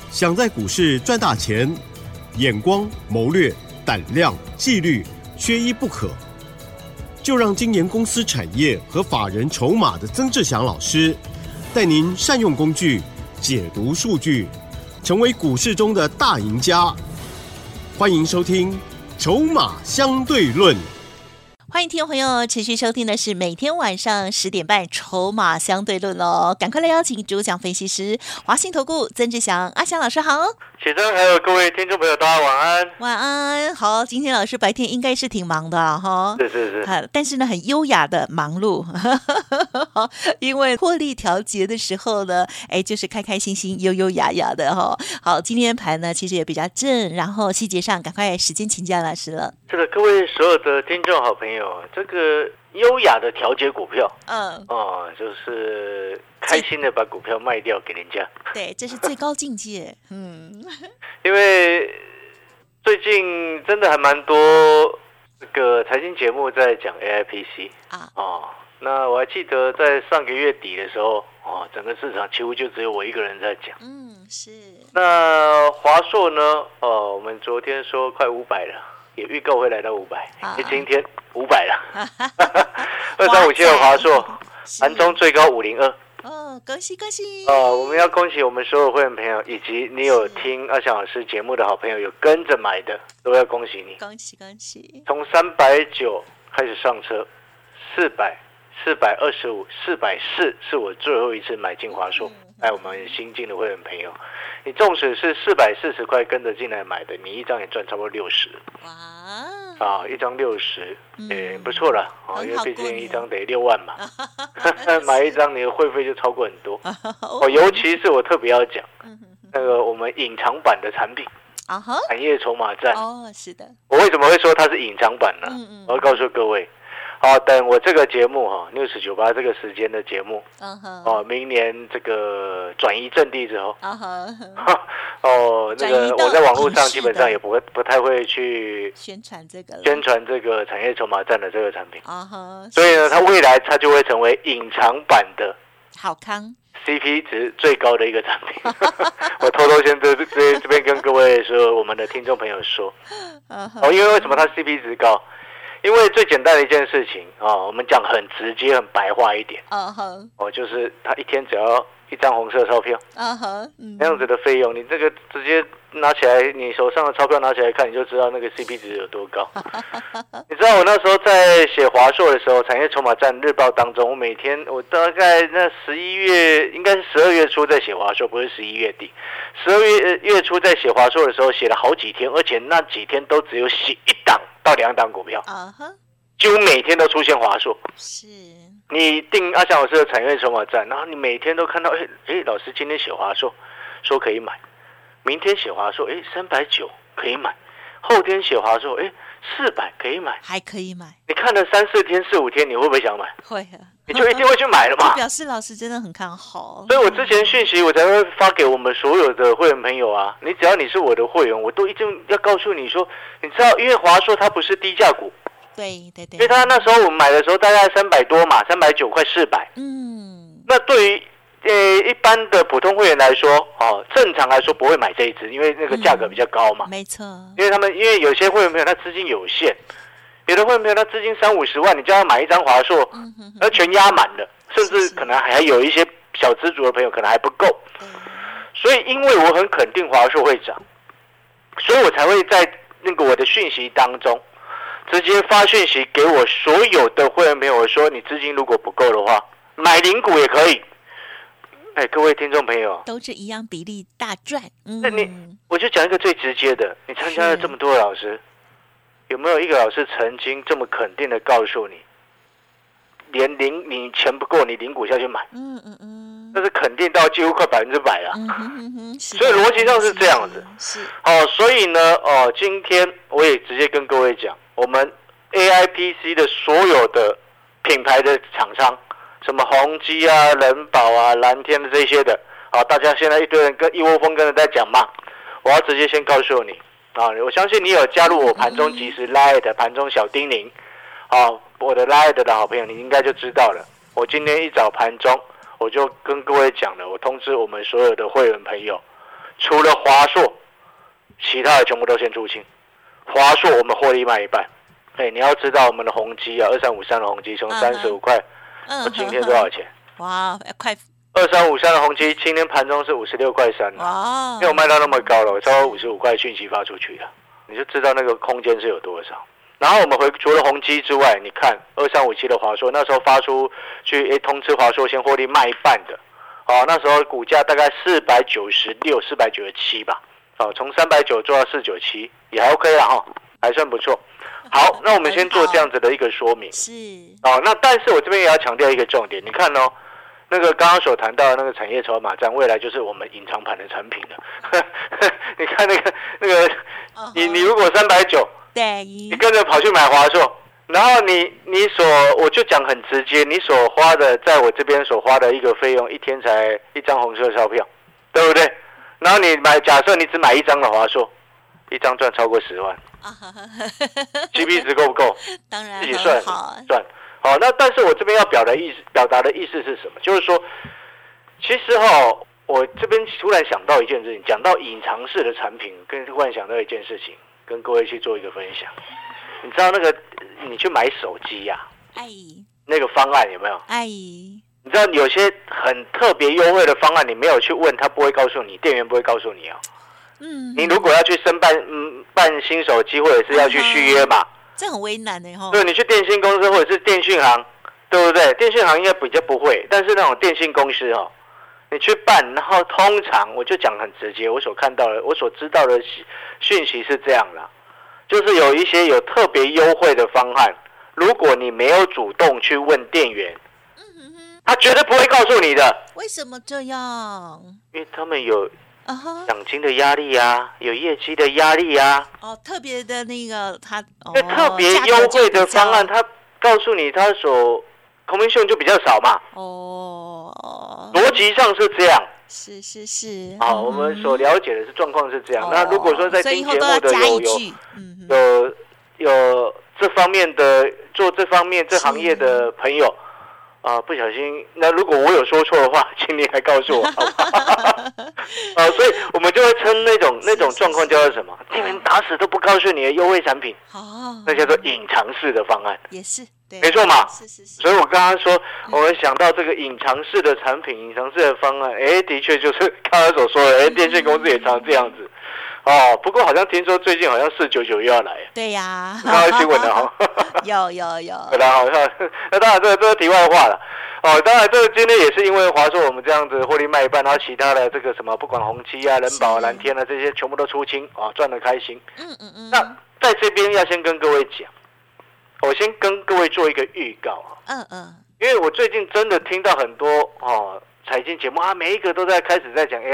想在股市赚大钱，眼光、谋略、胆量、纪律，缺一不可。就让精研公司产业和法人筹码的曾志祥老师，带您善用工具，解读数据，成为股市中的大赢家。欢迎收听《筹码相对论》。 欢迎听众朋友持续收听的是每天晚上10点半《筹码相对论》哦，赶快来邀请主讲分析师华信投顾曾志祥阿祥老师好。 启真还有各位听众朋友大家晚安。 晚安。好，今天老师白天应该是挺忙的哈。 是但是呢很优雅的忙碌因为获利调节的时候呢就是开开心心优优雅雅的哈。好，今天盘呢其实也比较正，然后细节上赶快时间请教老师了。 是的，各位所有的听众好朋友，这个优雅的调节股票就是开心的把股票卖掉给人家。 对，这是最高境界因为最近真的还蛮多这个财经节目在讲 AIPC 那我还记得在上个月底的时候整个市场几乎就只有我一个人在讲。 是。那华硕呢我们昨天说快500了，也预告会来到500，今天500了2357的华硕盘中最高502。 恭喜恭喜！ 我们要恭喜我们所有会员朋友，以及你有听阿翔老师节目的好朋友，有跟着买的，都要恭喜你！ 恭喜恭喜！ 从390开始上车，400、425、440是我最后一次买进华硕。我们新进的会员朋友，你纵使是440块跟着进来买的，你一张也赚差不多60。哇！一张60，不错了因为毕竟一张得6万嘛，买一张你的会费就超过很多。尤其是我特别要讲那个我们隐藏版的产品，产业筹码战。 是的。 我为什么会说它是隐藏版呢？我要告诉各位。等我这个节目News98这个时间的节目明年这个转移阵地之后那个我在网络上基本上也不太会去宣传这个产业筹码战的这个产品所以呢它未来它就会成为隐藏版的好康 CP 值最高的一个产品我偷偷先这边跟各位说我们的听众朋友说因为为什么它 CP 值高，因为最简单的一件事情我们讲很直接很白话一点就是他一天只要一张红色钞票那样子的费用，你这个直接拿起来，你手上的钞票拿起来看，你就知道那个 CP 值有多高你知道我那时候在写华硕的时候，产业筹码战日报当中，我大概那11月应该是12月初在写华硕，不是11月底，12月初在写华硕的时候写了好几天，而且那几天都只有写1档到2档股票几乎每天都出现华硕。 是你订阿翔老师的产业筹码战，然后你每天都看到老师今天写华硕说可以买，明天写华硕390可以买，后天写华硕400可以买， 还可以买。你看了3-4天4-5天，你会不会想买？ 会你就一定会去买了嘛表示老师真的很看好。 所以我之前讯息我才会发给我们所有的会员朋友啊，你只要你是我的会员，我都一定要告诉你说，你知道因为华硕它不是低价股， 对， 因为他那时候我们买的时候大概300多嘛，390快400。那对于一般的普通会员来说正常来说不会买这一支，因为那个价格比较高嘛。 没错。因为有些会员朋友他资金有限，有的会员朋友他资金30-50万，你叫他买一张华硕，那全压满了，甚至可能还有一些小资族的朋友可能还不够。所以因为我很肯定华硕会涨，所以我才会在那个我的讯息当中直接发讯息给我所有的会员朋友，我说你资金如果不够的话，买零股也可以。各位听众朋友， 都是一样比例大赚。 那我就讲一个最直接的，你参加了这么多的老师，有没有一个老师曾经这么肯定的告诉你，你钱不够，你零股下去买？那是肯定到几乎快100%了。所以逻辑上是这样子。所以呢，今天我也直接跟各位讲，我们 AIPC 的所有的品牌的厂商，什么宏基啊、人保啊、蓝天的这些的，大家现在一堆人一窝蜂跟着在讲嘛。我要直接先告诉你我相信你有加入我盘中即时 Light 盘中小叮咛我的 Light 的好朋友，你应该就知道了。我今天一早盘中我就跟各位讲了，我通知我们所有的会员朋友， 除了华硕，其他的全部都先出清。华硕我们获利卖一半。你要知道我们的宏基啊，2353的宏基从35块，今天多少钱？ 哇，快 ！2353的宏基今天盘中是56块3了， 哇， 没有卖到那么高了，我超过55块讯息发出去了，你就知道那个空间是有多少。然后我们除了宏基之外，你看2357的华硕，那时候发出去通知华硕先获利卖一半的，那时候股价大概496、497吧，从390做到497，也还 OK 啦还算不错。好，那我们先做这样子的一个说明。 是那但是我这边也要强调一个重点，你看那个刚刚所谈到的那个产业筹码战，未来就是我们隐藏盘的产品了。你看那个，你如果390， 对， 你跟着跑去买华硕，然后我就讲很直接，你所花的，在我这边所花的一个费用，一天才一张红色钞票，对不对？然后假设你只买一张的华硕，一张赚超过10万。CP 值够不够？ 当然自己算好。 那但是我这边要表达的意思是什么？就是说，其实我这边突然想到一件事情，讲到隐藏式的产品，突然想到一件事情，跟各位去做一个分享。你知道你去买手机呀，那个方案有没有？你知道有些很特别优惠的方案，你没有去问，他不会告诉你，店员不会告诉你你如果要去申办新手机，或者是要去续约嘛， 这很为难对，你去电信公司或者是电讯行，对不对？电讯行应该比较不会，但是那种电信公司你去办，然后通常我就讲很直接，我所看到的、我所知道的讯息是这样啦，就是有一些有特别优惠的方案，如果你没有主动去问店员，他绝对不会告诉你的。 为什么这样？ 因为他们有奖金的压力啊，有业绩的压力啊。 特别的那个因为特别优惠的方案，他告诉你他所 commission 就比较少嘛。逻辑上是这样。 是。 我们所了解的是状况是这样。那如果说在听节目的有这方面的做这方面这行业的朋友。不小心，那如果我有说错的话，请你来告诉我，好不好？所以我们就会称那种状况叫做什么？店员打死都不告诉你的优惠产品，那叫做隐藏式的方案， 也是，对， 没错嘛。 是。 所以我刚刚说，我们想到这个隐藏式的产品、隐藏式的方案，的确就是刚刚所说的，电信公司也常这样子。不过好像听说最近好像499又要来。 对呀， 看到新闻了有。 那当然这是题外话了。当然这个今天也是因为华硕我们这样子获利卖一半，然后其他的这个什么不管宏基啊、人保啊、蓝天啊这些全部都出清赚得开心。那在这边要先跟各位讲，我先跟各位做一个预告因为我最近真的听到很多财经节目每一个都开始在讲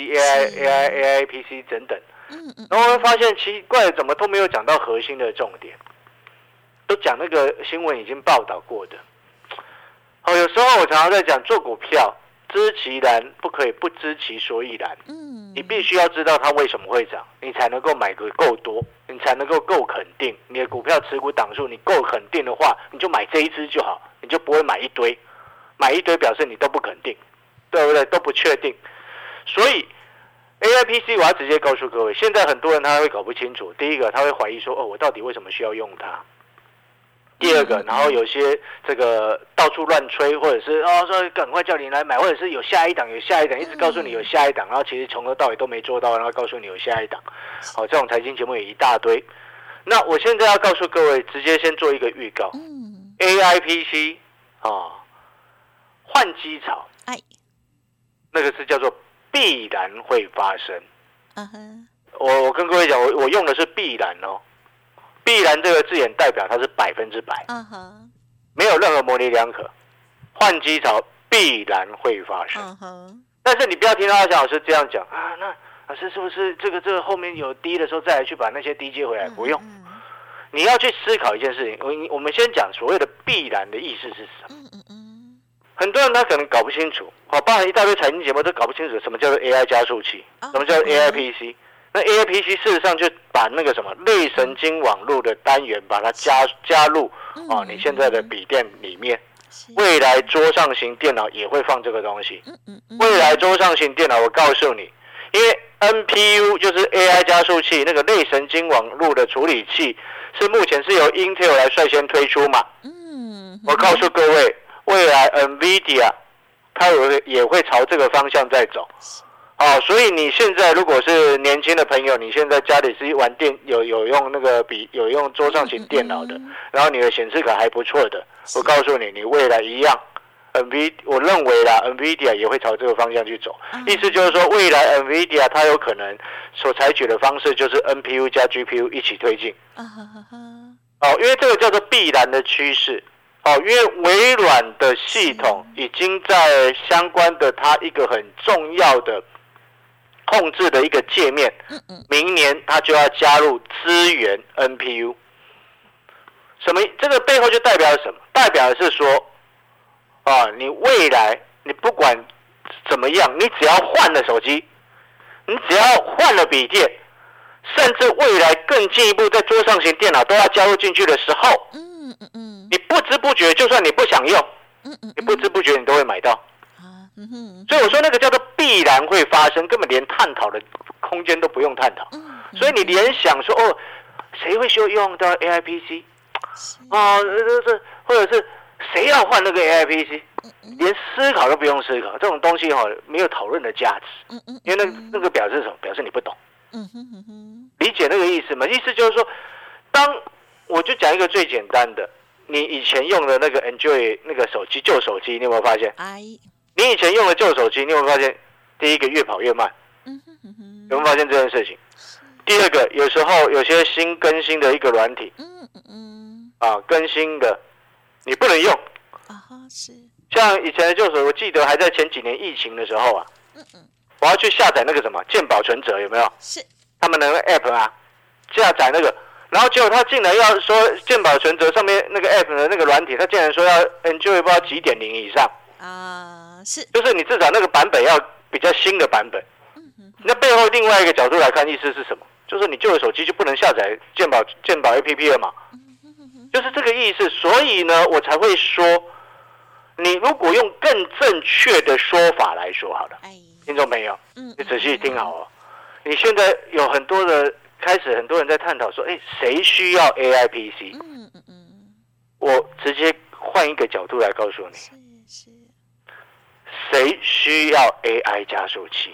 AIPC 等等。然后我会发现奇怪，怎么都没有讲到核心的重点，都讲那个新闻已经报道过的。有时候我常常在讲做股票，知其然不可以不知其所以然。你必须要知道它为什么会涨，你才能够买个够多，你才能够够肯定你的股票持股档数，你够肯定的话，你就买这一支就好，你就不会买一堆，买一堆表示你都不肯定，对不对？都不确定。所以AIPC 我要直接告诉各位，现在很多人他会搞不清楚。第一个，他会怀疑说，我到底为什么需要用它？第二个，然后有些这个到处乱吹，或者是说赶快叫你来买，或者是有下一档，一直告诉你有下一档，然后其实从头到尾都没做到，然后告诉你有下一档。这种财经节目也一大堆。那我现在要告诉各位，直接先做一个预告。AIPC 换机潮，那个是叫做必然会发生。我跟各位讲，我用的是必然必然这个字眼代表它是100%，没有任何模棱两可。换机潮必然会发生，但是你不要听到阿翔老师这样讲那老师是不是这个后面有低的时候再来去把那些低接回来？不用，你要去思考一件事情。我们先讲所谓的必然的意思是什么？很多人他可能搞不清楚，包含一大堆财经节目都搞不清楚什么叫做 AI 加速器，什么叫 AIPC。那 AIPC 事实上就把那个什么类神经网络的单元把它加入你现在的笔电里面。未来桌上型电脑也会放这个东西。未来桌上型电脑，我告诉你，因为 NPU 就是 AI 加速器，那个类神经网络的处理器，是目前是由 Intel 来率先推出嘛。我告诉各位，未来 NVIDIA 它也会朝这个方向在走。所以你现在如果是年轻的朋友，你现在家里是玩有用那个有用桌上型电脑的，然后你的显示卡还不错的，我告诉你，你未来一样。我认为啦 ，NVIDIA 也会朝这个方向去走。意思就是说，未来 NVIDIA 它有可能所采取的方式就是 NPU 加 GPU 一起推进。因为这个叫做必然的趋势。因为微软的系统已经在相关的它一个很重要的控制的一个界面，明年它就要加入支援 NPU。这个背后就代表什么？代表的是说，你未来你不管怎么样，你只要换了手机，你只要换了笔电，甚至未来更进一步在桌上型电脑都要加入进去的时候，你不知不觉，就算你不想用，你不知不觉你都会买到。所以我说那个叫做必然会发生，根本连探讨的空间都不用探讨。所以你连想说谁会用到 AIPC 或者是谁要换那个 AIPC， 连思考都不用思考，这种东西没有讨论的价值。因为那个表示什么？表示你不懂。理解那个意思吗？意思就是说，我就讲一个最简单的，你以前用的那个 Enjoy 那个手机旧手机，你有没有发现？你以前用的旧手机，你有没有发现？第一个越跑越慢，有没有发现这件事情？第二个，有时候有些新更新的一个软体，更新的你不能用。像以前的旧手，我记得还在前几年疫情的时候我要去下载那个什么健保存折，有没有？是他们的 app 下载那个，然后结果他竟然要说健保存折上面那个 app 的那个软体，他竟然说要 Enjoy 不知道几.0以上。就是你至少那个版本要比较新的版本。那背后另外一个角度来看，意思是什么？就是你旧的手机就不能下载健保 APP 了嘛？就是这个意思。所以呢，我才会说，你如果用更正确的说法来说好了，听众朋友，你仔细听好你现在有很多人在探讨说，谁需要 AIPC？我直接换一个角度来告诉你。谁需要 AI 加速器？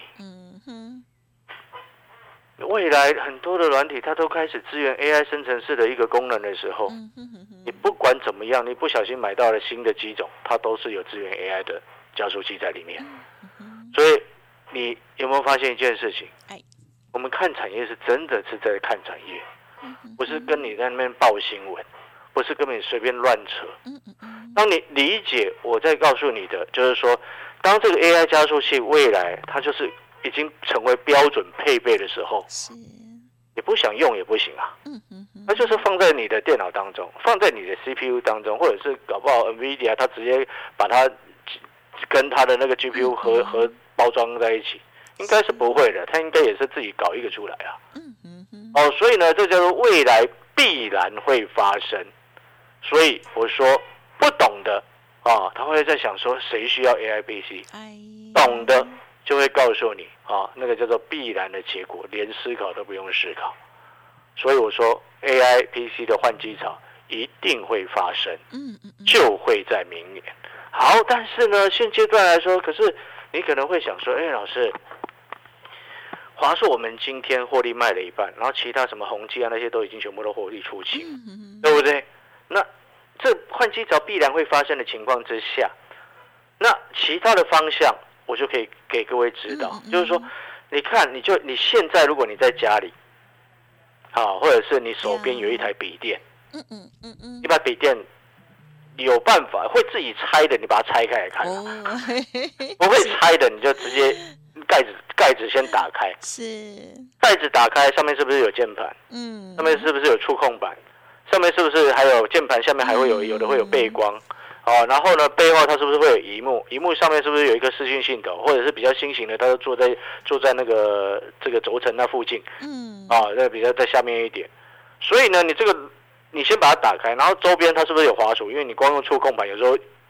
未来很多的软体它都开始支援 AI 生成式的一个功能的时候，你不管怎么样，你不小心买到了新的机种，它都是有支援 AI 的加速器在里面。所以你有没有发现一件事情？我们看产业是真的是在看产业，不是跟你在那边报新闻，不是跟你随便乱扯。当你理解我在告诉你的，就是说，当这个 AI 加速器未来它就是已经成为标准配备的时候，你不想用也不行啊。那就是放在你的电脑当中，放在你的 CPU 当中，或者是搞不好 NVIDIA 它直接把它跟它的那个 GPU 合包装在一起，应该是不会的，它应该也是自己搞一个出来啊。所以呢，这叫做未来必然会发生。所以我说不懂的他会在想说谁需要 AIPC， 懂的就会告诉你那个叫做必然的结果，连思考都不用思考。所以我说 AIPC 的换机潮一定会发生，就会在明年。好，但是呢，现阶段来说，可是你可能会想说，老师，华硕我们今天获利卖了一半，然后其他什么宏基那些都已经全部都获利出清，对不对？那这换机潮必然会发生的情况之下，那其他的方向我就可以给各位指导，就是说，你看，你现在如果你在家里，或者是你手边有一台笔电，你把笔电有办法会自己拆的，你把它拆开来看不会拆的你就直接盖子先打开，盖子打开，上面是不是有键盘？上面是不是有触控板？上面是不是还有键盘？下面还会有的会有背光，然后呢，背后它是不是会有萤幕？萤幕上面是不是有一个视讯镜头？或者是比较新型的，它就坐在那个这个轴承那附近，那比较在下面一点。所以呢，你先把它打开，然后周边它是不是有滑鼠？因为你光用触控板有时候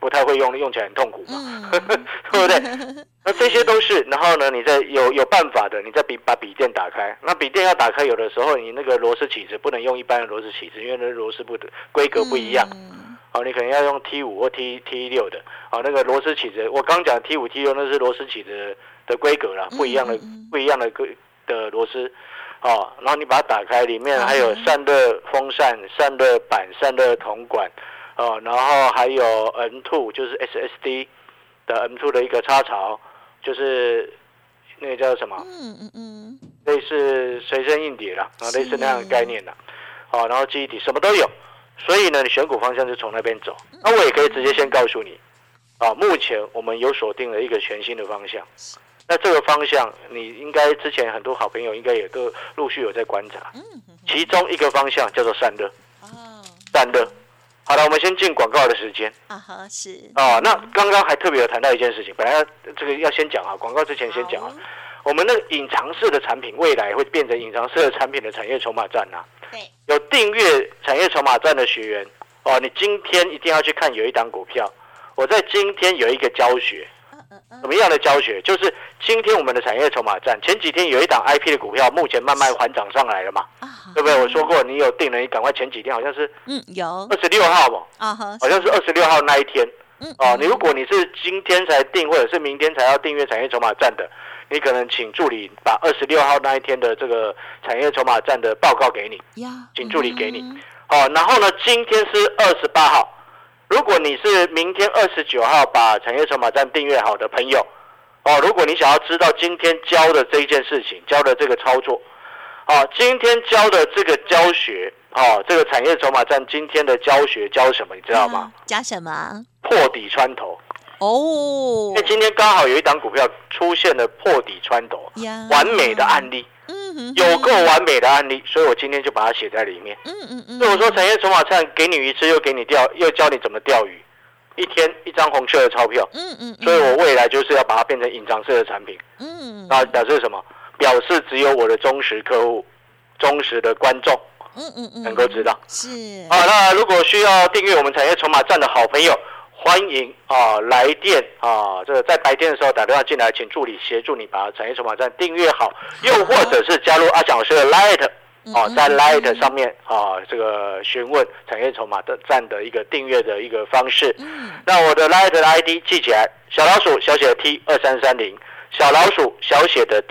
不太会用，用起来很痛苦嘛，对不对？那这些都是，然后呢，你再有办法的，你再把笔电打开。那笔电要打开，有的时候你那个螺丝起子不能用一般的螺丝起子，因为那螺丝不的规格不一样。你可能要用 T5 或 T6 的。那个螺丝起子，我刚讲 T5 T6那是螺丝起子的规格啦，不一样的螺丝。然后你把它打开，里面还有散热风扇、散热板、散热铜管，然后还有 M2， 就是 SSD 的 M2 的一个插槽，就是那个叫什么？类似随身硬碟啦，类似那样的概念啦。然后记忆体什么都有，所以呢，你选股方向就从那边走。那我也可以直接先告诉你，目前我们有锁定了一个全新的方向。那这个方向，你应该之前很多好朋友应该也都陆续有在观察。其中一个方向叫做散热。散热。好了，我们先进广告的时间。 是。 那刚刚还特别有谈到一件事情，本来这个要先讲广告之前先讲我们那个隐藏式的产品，未来会变成隐藏式的产品的产业筹码战对。有订阅产业筹码战的学员你今天一定要去看有一档股票，我在今天有一个教学。什么样的教学？就是今天我们的产业筹码战，前几天有一档 IP 的股票，目前慢慢缓涨上来了嘛，对不对？我说过，你有订了，你赶快前几天好像是有 26号嘛，好像是26号那一天，如果你是今天才订，或者是明天才要订阅产业筹码战的，你可能请助理把26号那一天的这个产业筹码战的报告给你，请助理给你，然后呢，今天是28号。如果你是明天29号把产业筹码站订阅好的朋友，如果你想要知道今天教的这一件事情，教的这个操作，今天教的这个教学，这个产业筹码站今天的教学教什么，你知道吗？ 教什么？ 破底穿头。因为今天刚好有一档股票出现了破底穿头，完美的案例。有够完美的案例，所以我今天就把它写在里面。所以我说产业筹码战给你鱼吃，又给你又教你怎么钓鱼，一天一张红色的钞票。所以我未来就是要把它变成隐藏式的产品。那表示什么？表示只有我的忠实客户、忠实的观众能够知道。 是。 那如果需要订阅我们产业筹码战的好朋友，欢迎来电这个在白天的时候打电话进来，请助理协助你把产业筹码站订阅好，又或者是加入阿翔老师的 Light 在 Light 上面这个询问产业筹码的站的一个订阅的一个方式。那我的 Light 的 ID 记起来，小老鼠小写的 T2330，小老鼠小写的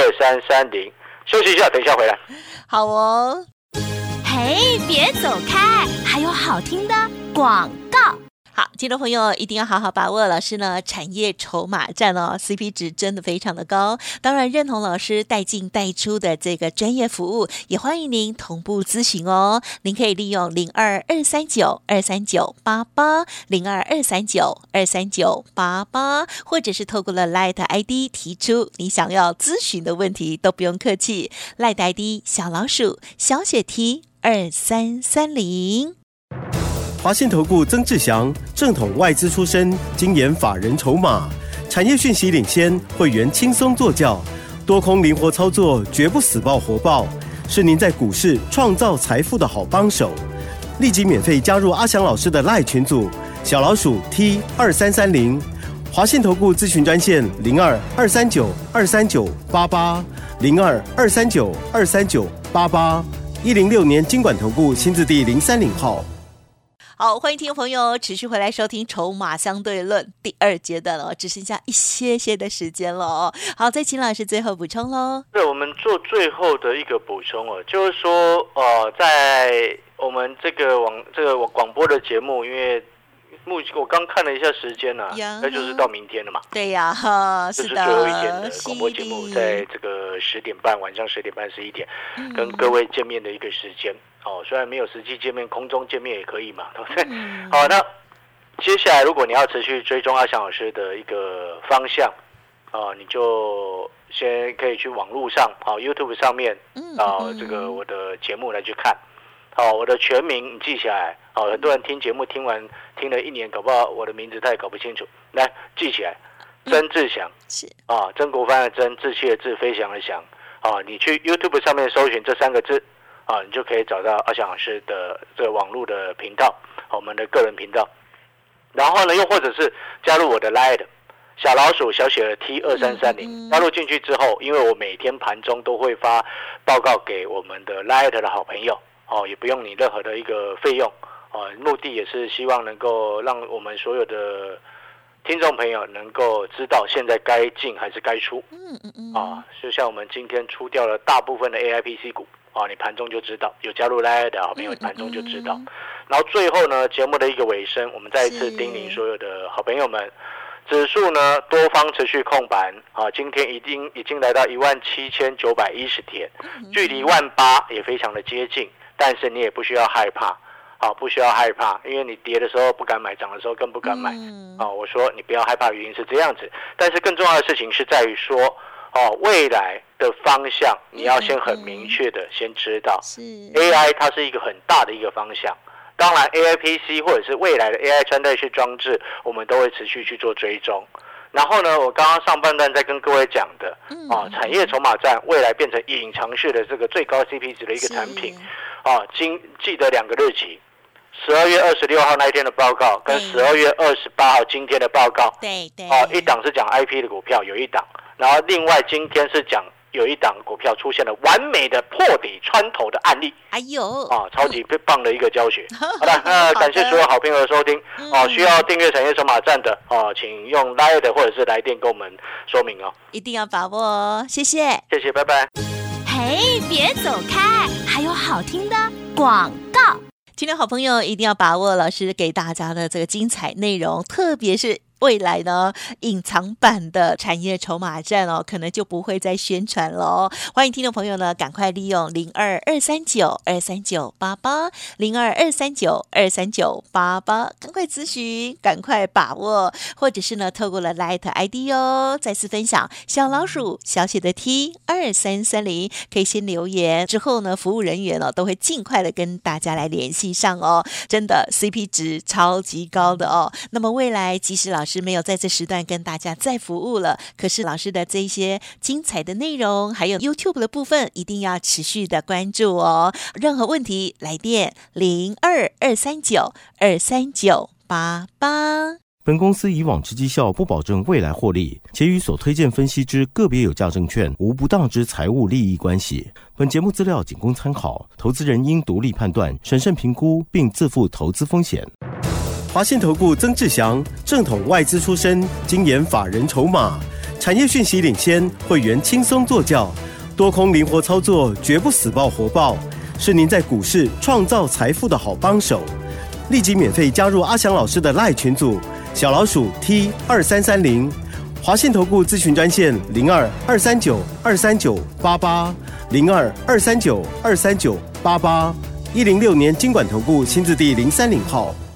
T2330。休息一下，等一下回来。 好哦。 嘿，别走开，还有好听的广告。 好，听众朋友一定要好好把握，老师呢产业筹码战CP 值真的非常的高，当然认同老师带进带出的这个专业服务，也欢迎您同步咨询哦。您可以利用02-239-23988，02-239-23988，或者是透过了 Light ID 提出你想要咨询的问题，都不用客气。Light ID 小老鼠小写 T2330。 华信投顾曾志祥，正统外资出身，精研法人筹码，产业讯息领先，会员轻松做教，多空灵活操作，绝不死抱活抱，是您在股市创造财富的好帮手。立即免费加入阿翔老师的 LINE 群组，小老鼠 T2330，华信投顾咨询专线02-239-23988，02-239-23988，106年金管投顾新字第030号。 好，欢迎听众朋友持续回来收听《筹码相对论》第2阶段了，只剩下一些的时间了哦。好，再请老师最后补充喽。 对，我们做最后的一个补充就是说，在我们这个广播的节目，因为我刚看了一下时间那就是到明天了嘛。 对呀， 这是最后一天的广播节目，在这个10点半，晚上10点半11点，跟各位见面的一个时间。虽然没有实际见面，空中见面也可以嘛，对不对？好，那接下来如果你要持续追踪阿翔老师的一个方向，你就先可以去网络上YouTube 上面这个我的节目来去看。我的全名你记起来。很多人听节目听了1年，搞不好我的名字他也搞不清楚，来记起来，曾志祥是曾国藩的曾，志气的志，飞翔的翔。你去 YouTube 上面搜寻这3个字。你就可以找到阿翔老师的这个网络的频道，我们的个人频道。 然后呢，又或者是加入我的 Line 小老鼠小写的 T2330，加入进去之后，因为我每天盘中都会发报告给我们的 Line 的好朋友也不用你任何的一个费用目的也是希望能够让我们所有的听众朋友能够知道现在该进还是该出就像我们今天出掉了大部分的 AIPC 股你盘中就知道，有加入 Line 的好朋友盘中就知道。然后最后呢，节目的一个尾声，我们再一次叮咛所有的好朋友们，指数呢多方持续控盘今天已经来到17910点，距离18000也非常的接近，但是你也不需要害怕不需要害怕，因为你跌的时候不敢买，涨的时候更不敢买我说你不要害怕，原因是这样子。但是更重要的事情是在于说未来的方向你要先很明确的先知道AI 它是一个很大的一个方向，当然 AIPC 或者是未来的 AI 穿戴式装置我们都会持续去做追踪。然后呢，我刚刚上半段在跟各位讲的产业筹码战未来变成隐藏式的这个最高 CP 值的一个产品记得2个日期，12月26号那一天的报告跟12月28号今天的报告， 对一档是讲 IP 的股票有一档，然后另外今天是讲有一档股票出现了完美的破底穿头的案例，超级棒的一个教学。好了，那感谢所有好朋友的收听需要订阅产业筹码站的请用 Line 或者是来电跟我们说明一定要把握谢谢， 拜拜。 嘿，别走开，还有好听的广告。 听众好朋友一定要把握老师给大家的这个精彩内容，特别是未来呢隐藏版的产业筹码战可能就不会再宣传了欢迎听众朋友呢赶快利用0223923988 0223923988赶快咨询，赶快把握，或者是呢透过了 Light ID 再次分享小老鼠小写的 T2330，可以先留言，之后呢服务人员都会尽快的跟大家来联系上真的 CP 值超级高的那么未来即使老师没有在这时段跟大家再服务了，可是老师的这些精彩的内容还有 YouTube 的部分一定要持续的关注任何问题来电0223923988。 本公司以往之绩效不保证未来获利，且与所推荐分析之个别有价证券无不当之财务利益关系。本节目资料仅供参考，投资人应独立判断、审慎评估，并自负投资风险。华信投顾曾志祥，正统外资出身，精研法人筹码，产业讯息领先，会员轻松做教，多空灵活操作，绝不死抱活抱，是您在股市创造财富的好帮手。立即免费加入阿翔老师的 LINE 群组，小老鼠 T2330，华信投顾咨询专线02-239-23988 02-239-23988，106年金管投顾新字第030号。